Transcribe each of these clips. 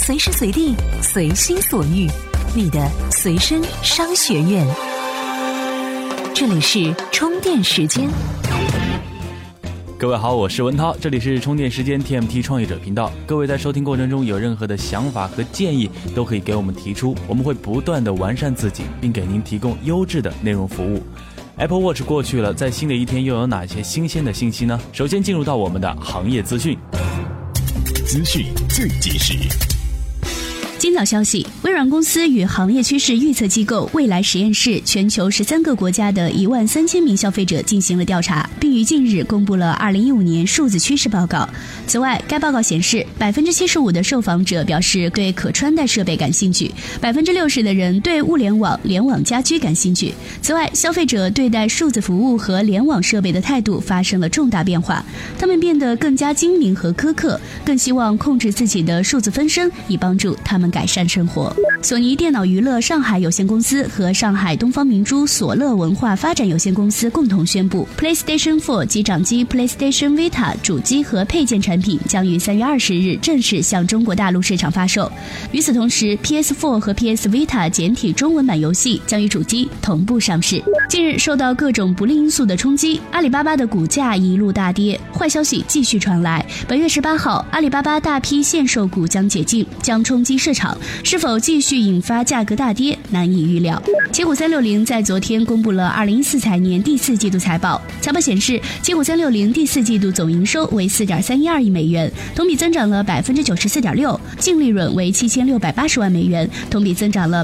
随时随地，随心所欲，你的随身商学院。这里是充电时间。 各位好，我是文涛，这里是充电时间 TMT 创业者频道。各位在收听过程中有任何的想法和建议，都可以给我们提出，我们会不断的完善自己，并给您提供优质的内容服务。Apple Watch 过去了，在新的一天又有哪些新鲜的信息呢？首先进入到我们的行业资讯。 资讯最及时。 今早消息，微软公司与行业趋势预测机构未来实验室全球13个国家的13000名消费者进行了调查，并于近日公布了2015年数字趋势报告。此外，该报告显示 75% 的受访者表示对可穿戴设备感兴趣， 60% 的人对物联网、联网家居感兴趣。此外，消费者对待数字服务和联网设备的态度发生了重大变化，他们变得更加精明和苛刻，更希望控制自己的数字分身，以帮助他们改善生活。索尼电脑娱乐上海有限公司和上海东方明珠索乐文化发展有限公司共同宣布， PlayStation 4及掌机 PlayStation Vita 主机和配件产品将于3月20日正式向中国大陆市场发售。与此同时， PS4 和 PS Vita 简体中文版游戏将与主机同步上市。近日受到各种不利因素的冲击，阿里巴巴的股价一路大跌，坏消息继续传来。本月18号，阿里巴巴大批限售股将解禁，将冲击市场，是否继续引发价格大跌难以预料。奇虎360在昨天公布了2014财年第4季度财报，财报显示，奇虎360第4季度总营收为 4.312 亿美元，同比增长了 94.6%， 净利润为7680万美元，同比增长了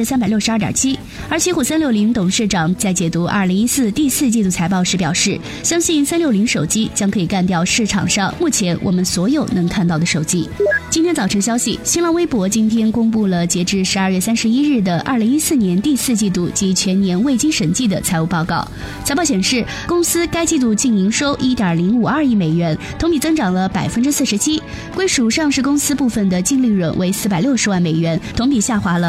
362.7%。而奇虎360董事长在解读2014第4季度财报时表示，相信360手机将可以干掉市场上目前我们所有能看到的手机。今天早晨消息，新浪微博今天公布了截至12月31日的2014年第4季度及全年未经审计的财务报告。财报显示，公司该季度净营收 1.052 亿美元，同比增长了 47%， 归属上市公司部分的净利润为460万美元，同比下滑了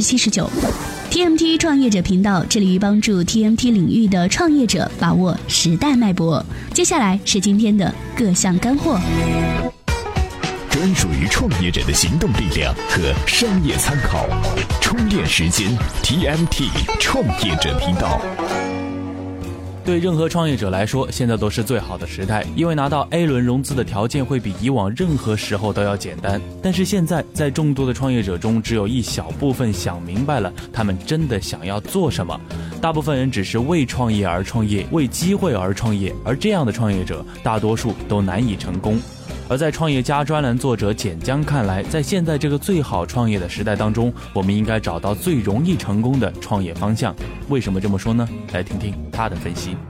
79%。TMT 创业者频道致力于帮助 TMT 领域的创业者把握时代脉搏。接下来是今天的各项干货。 专属于创业者的行动力量和商业参考，充电时间 TMT 创业者频道。 对任何创业者来说，现在都是最好的时代，因为拿到 A 轮融资的条件会比以往任何时候都要简单。但是现在，在众多的创业者中，只有一小部分想明白了他们真的想要做什么，大部分人只是为创业而创业，为机会而创业，而这样的创业者大多数都难以成功。而在创业家专栏作者简江看来，在现在这个最好创业的时代当中，我们应该找到最容易成功的创业方向。为什么这么说呢？来听听他的分析。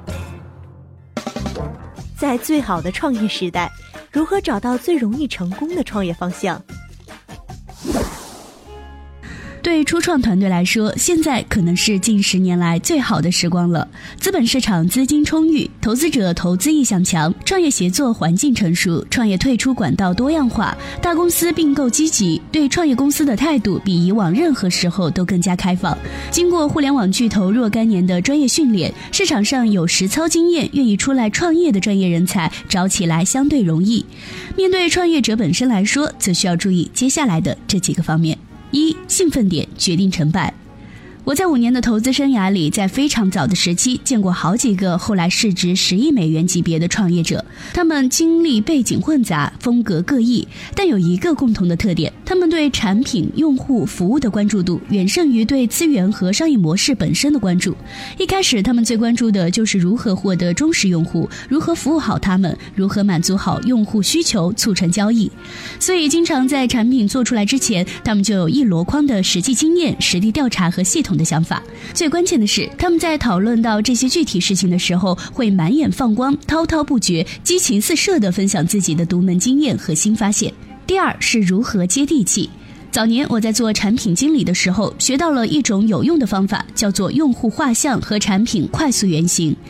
在最好的创业时代，如何找到最容易成功的创业方向？ 对初创团队来说，现在可能是近10年来最好的时光了。资本市场资金充裕，投资者投资意向强，创业协作环境成熟，创业退出管道多样化，大公司并购积极，对创业公司的态度比以往任何时候都更加开放。经过互联网巨头若干年的专业训练，市场上有实操经验愿意出来创业的专业人才找起来相对容易。面对创业者本身来说，则需要注意接下来的这几个方面。1. 兴奋点决定成败。我在5年的投资生涯里，在非常早的时期见过好几个后来市值10亿美元级别的创业者，他们经历背景混杂，风格各异，但有一个共同的特点，他们对产品、用户、服务的关注度远胜于对资源和商业模式本身的关注。一开始他们最关注的就是如何获得忠实用户，如何服务好他们，如何满足好用户需求，促成交易。所以经常在产品做出来之前，他们就有一箩筐的实际经验、实地调查和系统的想法。最关键的是，他们在讨论到这些具体事情的时候，会满眼放光，滔滔不绝，激情四射地分享自己的独门经验和新发现。第二是如何接地气。早年我在做产品经理的时候，学到了一种有用的方法，叫做用户画像和产品快速原型。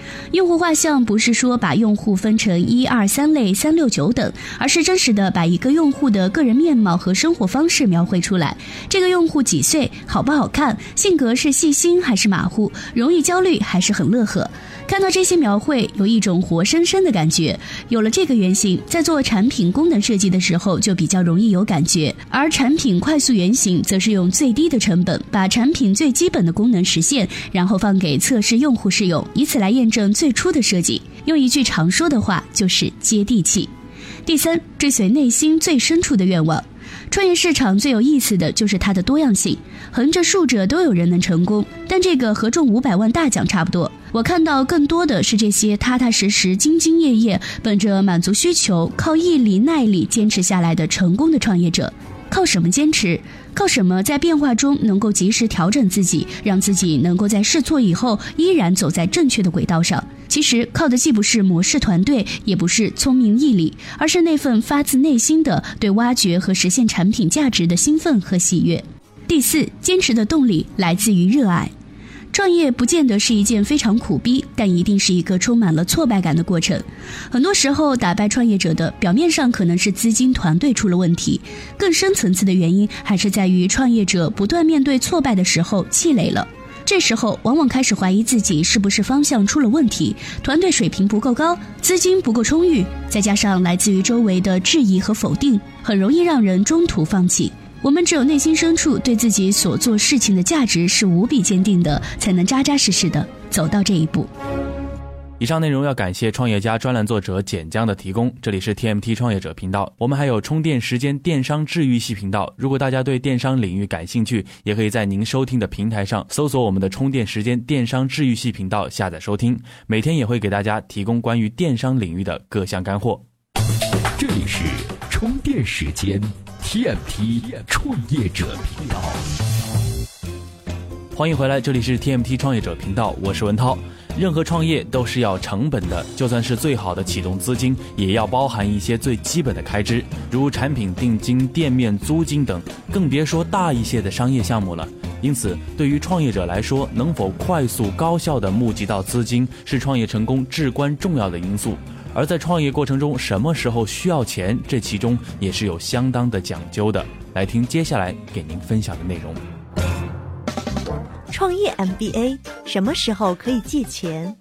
用户画像不是说把用户分成1、2、3类、3、6、9等，而是真实的把一个用户的个人面貌和生活方式描绘出来。这个用户几岁，好不好看，性格是细心还是马虎，容易焦虑还是很乐呵。看到这些描绘，有一种活生生的感觉。有了这个原型，在做产品功能设计的时候就比较容易有感觉。而产品快速原型则是用最低的成本把产品最基本的功能实现，然后放给测试用户试用，以此来验证最初的设计。用一句常说的话，就是接地气。第三，追随内心最深处的愿望。创业市场最有意思的就是它的多样性，横着竖着都有人能成功，但这个和中500万大奖差不多。我看到更多的是这些踏踏实实、兢兢业业，本着满足需求、靠毅力、耐力坚持下来的成功的创业者。靠什么坚持？靠什么在变化中能够及时调整自己，让自己能够在试错以后依然走在正确的轨道上？其实靠的既不是模式团队，也不是聪明毅力，而是那份发自内心的对挖掘和实现产品价值的兴奋和喜悦。第四，坚持的动力来自于热爱。创业不见得是一件非常苦逼，但一定是一个充满了挫败感的过程。很多时候打败创业者的表面上可能是资金团队出了问题，更深层次的原因还是在于创业者不断面对挫败的时候气馁了。这时候往往开始怀疑自己是不是方向出了问题，团队水平不够高，资金不够充裕，再加上来自于周围的质疑和否定，很容易让人中途放弃。我们只有内心深处对自己所做事情的价值是无比坚定的，才能扎扎实实的走到这一步。 以上内容要感谢创业家专栏作者简江的提供。这里是 TMT 创业者频道，我们还有充电时间电商治愈系频道。如果大家对电商领域感兴趣，也可以在您收听的平台上搜索我们的充电时间电商治愈系频道下载收听，每天也会给大家提供关于电商领域的各项干货。 这里是充电时间 TMT 创业者频道。 欢迎回来，这里是 TMT 创业者频道，我是文涛。任何创业都是要成本的，就算是最好的启动资金，也要包含一些最基本的开支，如产品定金、店面租金等，更别说大一些的商业项目了。因此，对于创业者来说，能否快速高效地募集到资金，是创业成功至关重要的因素。而在创业过程中，什么时候需要钱，这其中也是有相当的讲究的。来听接下来给您分享的内容。 创业 MBA 什么时候可以借钱？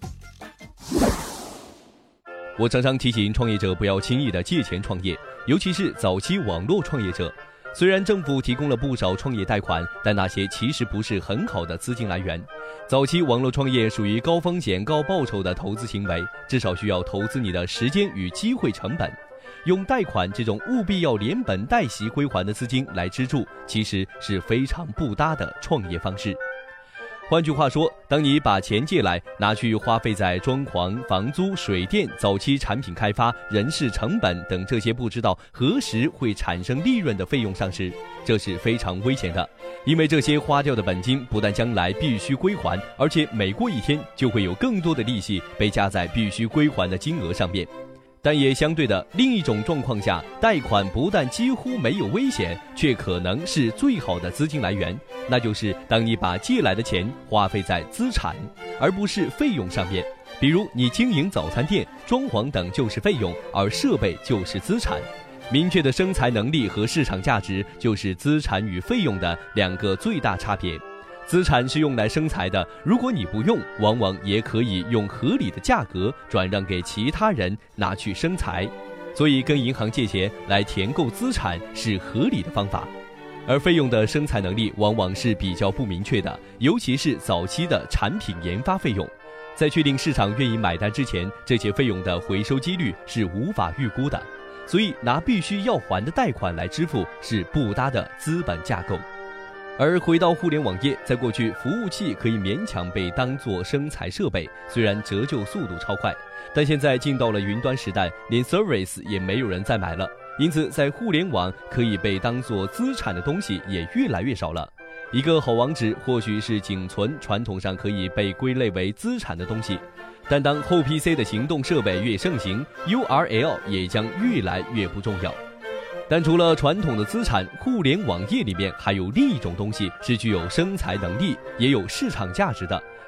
我常常提醒创业者不要轻易的借钱创业，尤其是早期网络创业者。虽然政府提供了不少创业贷款，但那些其实不是很好的资金来源。早期网络创业属于高风险高报酬的投资行为，至少需要投资你的时间与机会成本。用贷款这种务必要连本带息归还的资金来资助，其实是非常不搭的创业方式。换句话说，当你把钱借来拿去花费在装潢、房租、水电、早期产品开发、人事成本等这些不知道何时会产生利润的费用上时，这是非常危险的。因为这些花掉的本金不但将来必须归还，而且每过一天就会有更多的利息被加在必须归还的金额上面。但也相对的，另一种状况下，贷款不但几乎没有危险，却可能是最好的资金来源，那就是当你把借来的钱花费在资产，而不是费用上面。比如你经营早餐店，装潢等就是费用，而设备就是资产。明确的生财能力和市场价值就是资产与费用的两个最大差别。资产是用来生财的，如果你不用，往往也可以用合理的价格转让给其他人拿去生财。所以跟银行借钱来填购资产是合理的方法。而费用的生财能力往往是比较不明确的，尤其是早期的产品研发费用。在确定市场愿意买单之前，这些费用的回收几率是无法预估的。所以拿必须要还的贷款来支付是不搭的资本架构。而回到互联网业，在过去服务器可以勉强被当作生财设备，虽然折旧速度超快，但现在进到了云端时代，连 service 也没有人再买了。因此在互联网可以被当作资产的东西也越来越少了。一个好网址或许是仅存传统上可以被归类为资产的东西，但当后 PC 的行动设备越盛行， URL 也将越来越不重要。但除了传统的资产，互联网业里面还有另一种东西是具有生财能力也有市场价值的，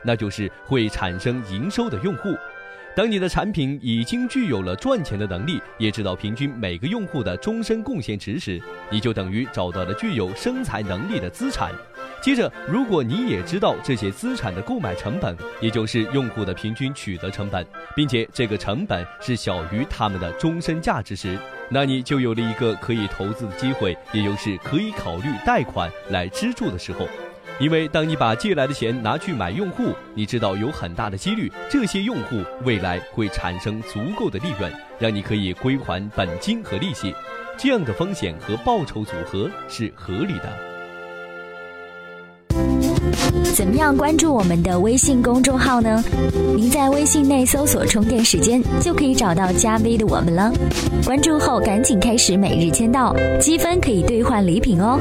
那就是会产生营收的用户。当你的产品已经具有了赚钱的能力，也知道平均每个用户的终身贡献值时，你就等于找到了具有生财能力的资产。接着，如果你也知道这些资产的购买成本，也就是用户的平均取得成本，并且这个成本是小于他们的终身价值时，那你就有了一个可以投资的机会，也就是可以考虑贷款来资助的时候。因为当你把借来的钱拿去买用户，你知道有很大的几率这些用户未来会产生足够的利润，让你可以归还本金和利息。这样的风险和报酬组合是合理的。 怎么样关注我们的微信公众号呢？您在微信内搜索充电时间，就可以找到加 V 的我们了。关注后赶紧开始每日签到，积分可以兑换礼品哦。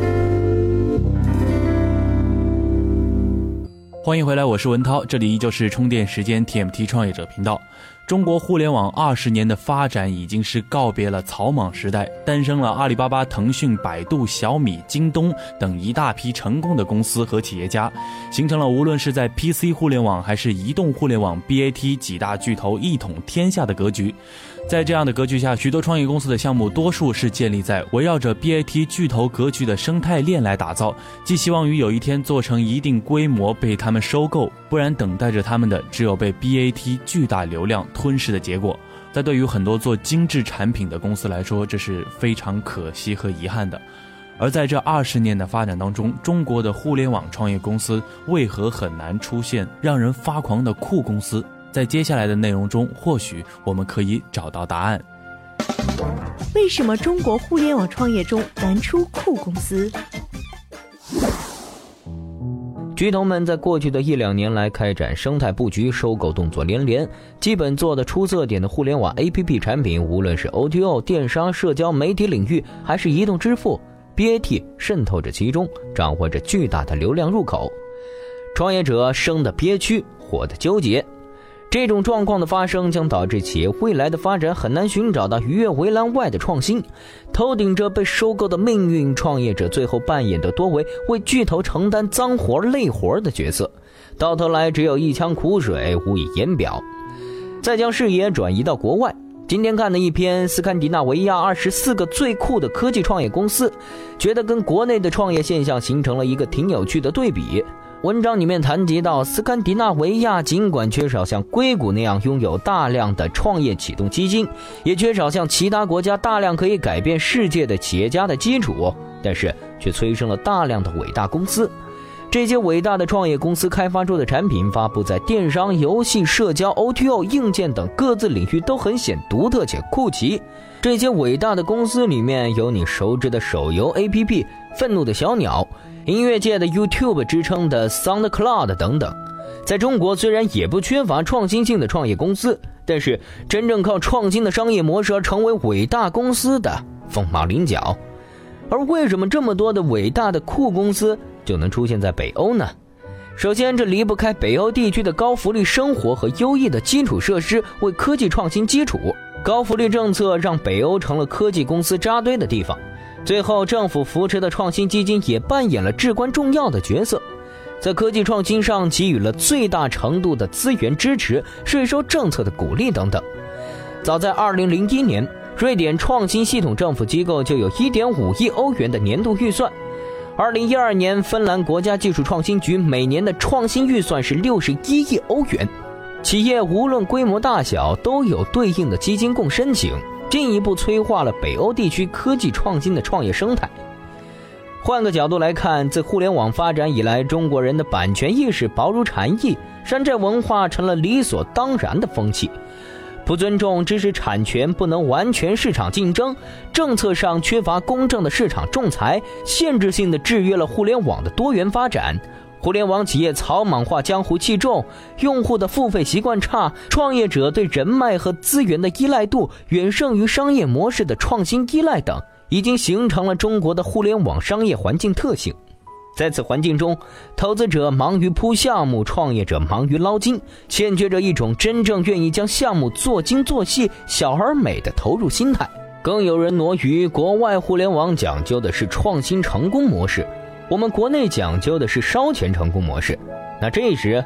欢迎回来，我是文涛，这里依旧是充电时间 TMT 创业者频道。中国互联网20年的发展已经是告别了草莽时代，诞生了阿里巴巴、腾讯、百度、小米、京东等一大批成功的公司和企业家，形成了无论是在 PC 互联网还是移动互联网 BAT 几大巨头一统天下的格局。在这样的格局下，许多创业公司的项目多数是建立在围绕着 BAT 巨头格局的生态链来打造，寄希望于有一天做成一定规模被他们收购，不然等待着他们的只有被 BAT 巨大流量吞噬的结果。在对于很多做精致产品的公司来说，这是非常可惜和遗憾的。而在这20年的发展当中，中国的互联网创业公司为何很难出现让人发狂的酷公司？在接下来的内容中，或许我们可以找到答案。 为什么中国互联网创业中难出酷公司？ 巨头们在过去的1-2年来开展生态布局，收购动作连连，基本做的出色点的互联网 APP 产品，无论是 OTO、电商、社交媒体领域，还是移动支付， BAT 渗透着其中，掌握着巨大的流量入口。创业者生得憋屈，活得纠结。这种状况的发生将导致企业未来的发展很难寻找到鱼跃围栏外的创新。头顶着被收购的命运，创业者最后扮演的多为为巨头承担脏活累活的角色，到头来只有一腔苦水无以言表。再将视野转移到国外，今天看的一篇斯堪的纳维亚24个最酷的科技创业公司，觉得跟国内的创业现象形成了一个挺有趣的对比。文章里面谈及到，斯堪的纳维亚尽管缺少像硅谷那样拥有大量的创业启动基金，也缺少像其他国家大量可以改变世界的企业家的基础，但是却催生了大量的伟大公司。这些伟大的创业公司开发出的产品发布在电商、游戏、社交、OTO、硬件等各自领域都很显独特且酷奇。这些伟大的公司里面有你熟知的手游 APP 愤怒的小鸟，音乐界的 YouTube 之称的 SoundCloud 等等。在中国虽然也不缺乏创新性的创业公司，但是真正靠创新的商业模式而成为伟大公司的凤毛麟角。而为什么这么多的伟大的酷公司就能出现在北欧呢？首先，这离不开北欧地区的高福利生活和优异的基础设施为科技创新基础。高福利政策让北欧成了科技公司扎堆的地方。最后，政府扶持的创新基金也扮演了至关重要的角色，在科技创新上给予了最大程度的资源支持、税收政策的鼓励等等。早在2001年，瑞典创新系统政府机构就有 1.5 亿欧元的年度预算。2012年，芬兰国家技术创新局每年的创新预算是61亿欧元。企业无论规模大小都有对应的基金供申请，进一步催化了北欧地区科技创新的创业生态。换个角度来看，自互联网发展以来，中国人的版权意识薄如蝉翼，山寨文化成了理所当然的风气。不尊重知识产权，不能完全市场竞争，政策上缺乏公正的市场仲裁，限制性的制约了互联网的多元发展。互联网企业草莽化，江湖气重，用户的付费习惯差，创业者对人脉和资源的依赖度远胜于商业模式的创新依赖等，已经形成了中国的互联网商业环境特性。在此环境中，投资者忙于铺项目，创业者忙于捞金，欠缺着一种真正愿意将项目做精做细、小而美的投入心态。更有人挪于国外互联网讲究的是创新成功模式，我们国内讲究的是烧钱成功模式。那这时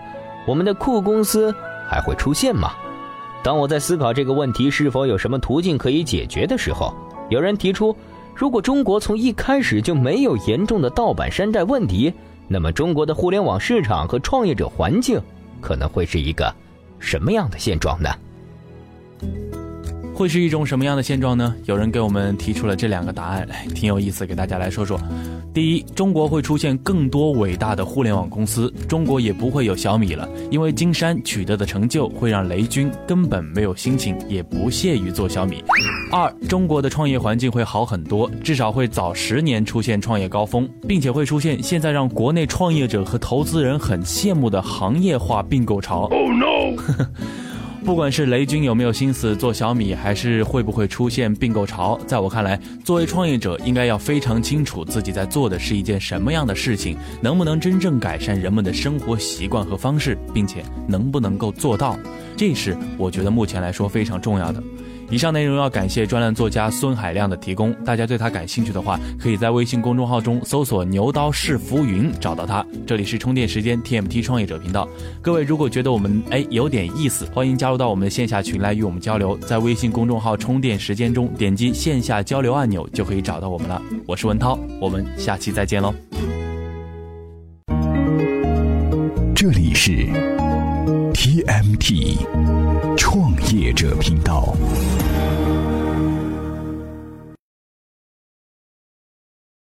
我们的酷公司还会出现吗？当我在思考这个问题是否有什么途径可以解决的时候，有人提出，如果中国从一开始就没有严重的盗版山寨问题，那么中国的互联网市场和创业者环境可能会是一个什么样的现状呢？ 会是一种什么样的现状呢？有人给我们提出了这2个答案，挺有意思，给大家来说说。第一，中国会出现更多伟大的互联网公司，中国也不会有小米了，因为金山取得的成就会让雷军根本没有心情，也不屑于做小米。二，中国的创业环境会好很多，至少会早10年出现创业高峰，并且会出现现在让国内创业者和投资人很羡慕的行业化并购潮。Oh no！ 不管是雷军有没有心思做小米，还是会不会出现并购潮，在我看来，作为创业者应该要非常清楚自己在做的是一件什么样的事情，能不能真正改善人们的生活习惯和方式，并且能不能够做到，这是我觉得目前来说非常重要的。以上内容要感谢专栏作家孙海亮的提供，大家对他感兴趣的话，可以在微信公众号中搜索牛刀是浮云找到他。这里是充电时间 TMT 创业者频道，各位如果觉得我们有点意思，欢迎加入到我们的线下群来与我们交流，在微信公众号充电时间中点击线下交流按钮就可以找到我们了。我是文涛，我们下期再见喽。 这里是 TMT 创业者频道。